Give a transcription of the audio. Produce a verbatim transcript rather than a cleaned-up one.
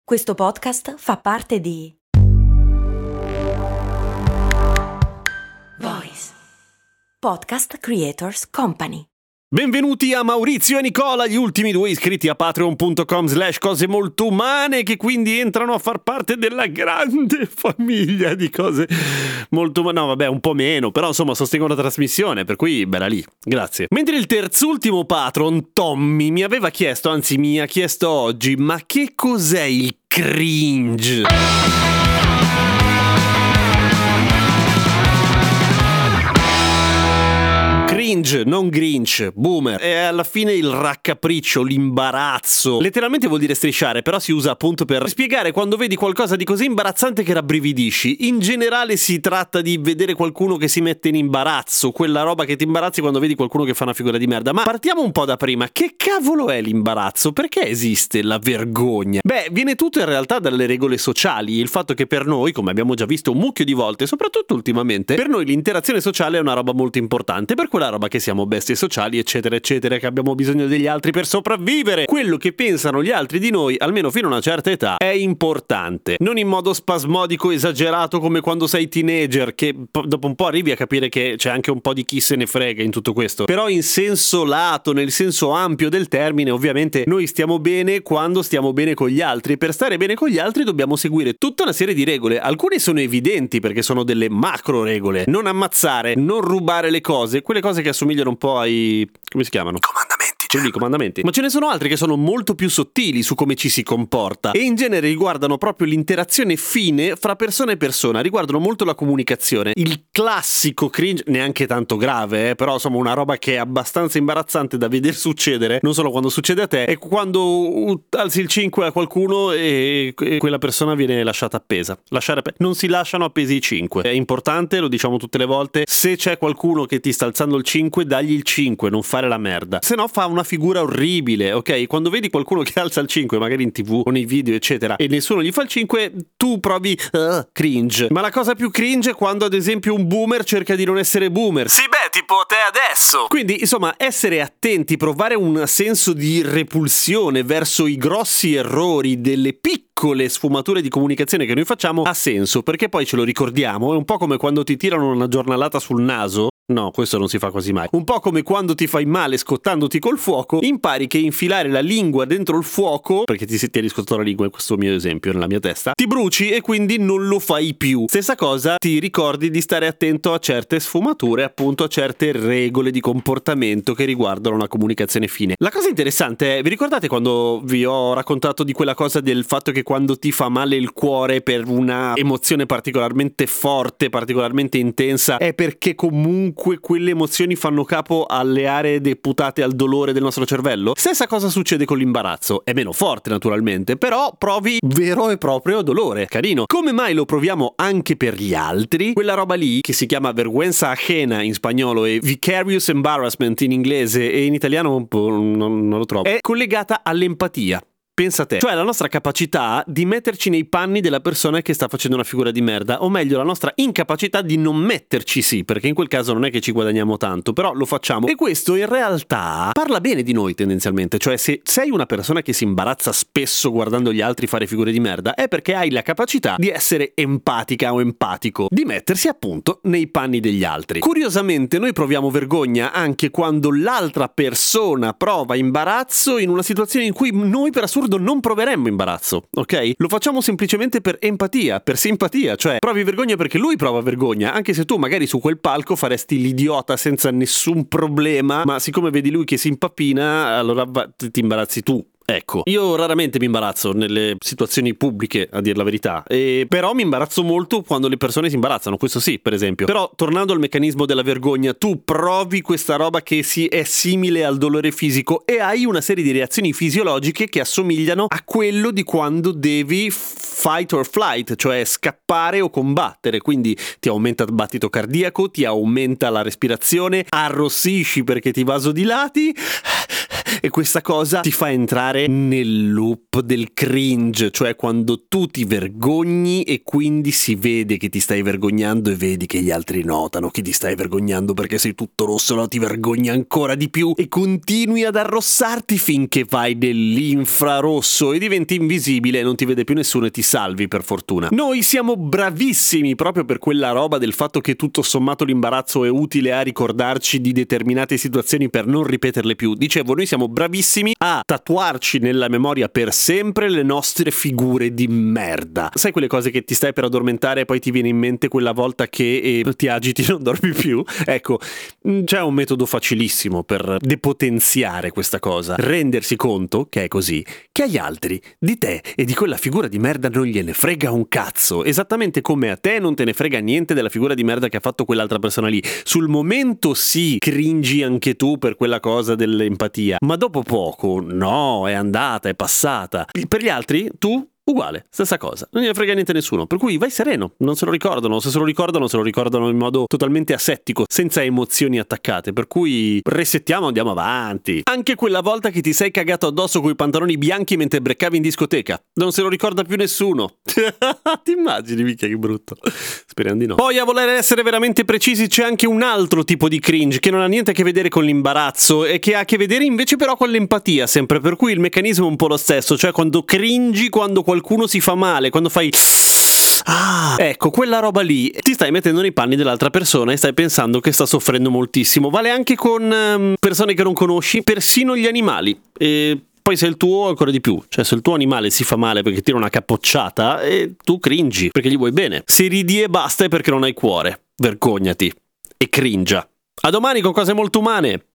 Questo podcast fa parte di Voice Podcast Creators Company. Benvenuti a Maurizio e Nicola, gli ultimi due iscritti a patreon punto com slash cose molto umane, che quindi entrano a far parte della grande famiglia di cose molto umane. No, vabbè, un po' meno, però insomma sostengono la trasmissione, per cui bella lì, grazie. Mentre il terzultimo patron, Tommy, mi aveva chiesto, anzi mi ha chiesto oggi, ma che cos'è il cringe? Cringe, non Grinch, boomer, è alla fine il raccapriccio, l'imbarazzo. Letteralmente vuol dire strisciare, però si usa appunto per spiegare quando vedi qualcosa di così imbarazzante che rabbrividisci. In generale si tratta di vedere qualcuno che si mette in imbarazzo, quella roba che ti imbarazzi quando vedi qualcuno che fa una figura di merda. Ma partiamo un po' da prima, che cavolo è l'imbarazzo? Perché esiste la vergogna? Beh, viene tutto in realtà dalle regole sociali, il fatto che per noi, come abbiamo già visto un mucchio di volte, soprattutto ultimamente, per noi l'interazione sociale è una roba molto importante, per quella roba che siamo bestie sociali eccetera eccetera, che abbiamo bisogno degli altri per sopravvivere. Quello che pensano gli altri di noi, almeno fino a una certa età, è importante, non in modo spasmodico esagerato come quando sei teenager, che dopo un po' arrivi a capire che c'è anche un po' di chi se ne frega in tutto questo, però in senso lato, nel senso ampio del termine. Ovviamente noi stiamo bene quando stiamo bene con gli altri, e per stare bene con gli altri dobbiamo seguire tutta una serie di regole. Alcune sono evidenti perché sono delle macro regole: non ammazzare, non rubare le cose, quelle cose che assomigliano un po' ai... come si chiamano? Comandamenti. Quelli comandamenti. Ma ce ne sono altri che sono molto più sottili su come ci si comporta e in genere riguardano proprio l'interazione fine fra persona e persona, riguardano molto la comunicazione. Il classico cringe, neanche tanto grave, eh, però insomma una roba che è abbastanza imbarazzante da veder succedere, non solo quando succede a te, è quando alzi il cinque a qualcuno e, e quella persona viene lasciata appesa. Lasciare app- non si lasciano appesi i cinque. È importante, lo diciamo tutte le volte, se c'è qualcuno che ti sta alzando il cinque, dagli il cinque, non fare la merda. Se no fa una figura orribile, ok? Quando vedi qualcuno che alza il cinque, magari in tv o nei video eccetera, e nessuno gli fa il cinque, tu provi uh, cringe. Ma la cosa più cringe è quando ad esempio un boomer cerca di non essere boomer. Sì, beh, tipo te adesso. Quindi insomma essere attenti, provare un senso di repulsione verso i grossi errori delle piccole sfumature di comunicazione che noi facciamo ha senso, perché poi ce lo ricordiamo. È un po' come quando ti tirano una giornalata sul naso. No, questo non si fa quasi mai. Un po' come quando ti fai male scottandoti col fuoco, impari che infilare la lingua dentro il fuoco, perché ti si ti è riscottato la lingua in questo mio esempio, nella mia testa, ti bruci e quindi non lo fai più. Stessa cosa, ti ricordi di stare attento a certe sfumature, appunto a certe regole di comportamento che riguardano una comunicazione fine. La cosa interessante è, vi ricordate quando vi ho raccontato di quella cosa del fatto che quando ti fa male il cuore per una emozione particolarmente forte, particolarmente intensa, è perché comunque quelle emozioni fanno capo alle aree deputate al dolore del nostro cervello? Stessa cosa succede con l'imbarazzo. È meno forte naturalmente, però provi vero e proprio dolore. Carino. Come mai lo proviamo anche per gli altri? Quella roba lì, che si chiama vergüenza ajena in spagnolo e vicarious embarrassment in inglese, e in italiano un po' non, non lo trovo, è collegata all'empatia. Pensa a te, cioè la nostra capacità di metterci nei panni della persona che sta facendo una figura di merda, o meglio la nostra incapacità di non metterci, sì, perché in quel caso non è che ci guadagniamo tanto, però lo facciamo. E questo in realtà parla bene di noi tendenzialmente, cioè se sei una persona che si imbarazza spesso guardando gli altri fare figure di merda, è perché hai la capacità di essere empatica o empatico, di mettersi appunto nei panni degli altri. Curiosamente noi proviamo vergogna anche quando l'altra persona prova imbarazzo in una situazione in cui noi per assurdo non proveremmo imbarazzo, ok? Lo facciamo semplicemente per empatia, per simpatia, cioè provi vergogna perché lui prova vergogna, anche se tu magari su quel palco faresti l'idiota senza nessun problema, ma siccome vedi lui che si impappina, allora ti imbarazzi tu. Ecco, io raramente mi imbarazzo nelle situazioni pubbliche, a dir la verità, e però mi imbarazzo molto quando le persone si imbarazzano, questo sì, per esempio. Però, tornando al meccanismo della vergogna, tu provi questa roba che si è simile al dolore fisico e hai una serie di reazioni fisiologiche che assomigliano a quello di quando devi fight or flight, cioè scappare o combattere, quindi ti aumenta il battito cardiaco, ti aumenta la respirazione, arrossisci perché ti vasodilati e questa cosa ti fa entrare nel loop del cringe, cioè quando tu ti vergogni e quindi si vede che ti stai vergognando e vedi che gli altri notano che ti stai vergognando perché sei tutto rosso, no? Ti vergogni ancora di più e continui ad arrossarti finché vai nell'infrarosso e diventi invisibile e non ti vede più nessuno e ti salvi, per fortuna. Noi siamo bravissimi proprio per quella roba del fatto che tutto sommato l'imbarazzo è utile a ricordarci di determinate situazioni per non ripeterle più. Dicevo, noi siamo bravissimi a tatuarci nella memoria per sempre le nostre figure di merda. Sai quelle cose che ti stai per addormentare e poi ti viene in mente quella volta che eh, ti agiti e non dormi più? Ecco, c'è un metodo facilissimo per depotenziare questa cosa. Rendersi conto, che è così, che agli altri, di te e di quella figura di merda non gliene frega un cazzo. Esattamente come a te non te ne frega niente della figura di merda che ha fatto quell'altra persona lì. Sul momento sì, cringi anche tu per quella cosa dell'empatia, ma dopo poco, no, è andata, è passata. Per gli altri, tu... uguale, stessa cosa, non gliene frega niente a nessuno, per cui vai sereno, non se lo ricordano, se se lo ricordano se lo ricordano in modo totalmente asettico, senza emozioni attaccate, per cui resettiamo, andiamo avanti. Anche quella volta che ti sei cagato addosso coi pantaloni bianchi mentre breccavi in discoteca, non se lo ricorda più nessuno. Ti immagini, mica che brutto. Speriamo di no. Poi, a voler essere veramente precisi, c'è anche un altro tipo di cringe che non ha niente a che vedere con l'imbarazzo e che ha a che vedere invece però con l'empatia, sempre, per cui il meccanismo è un po' lo stesso, cioè quando cringi quando qualcuno qualcuno si fa male, quando fai ah, ecco, quella roba lì, ti stai mettendo nei panni dell'altra persona e stai pensando che sta soffrendo moltissimo. Vale anche con um, persone che non conosci, persino gli animali. E poi se il tuo ancora di più, cioè se il tuo animale si fa male perché tira una capocciata e tu cringi perché gli vuoi bene. Se ridi e basta è perché non hai cuore. Vergognati e cringia. A domani con cose molto umane.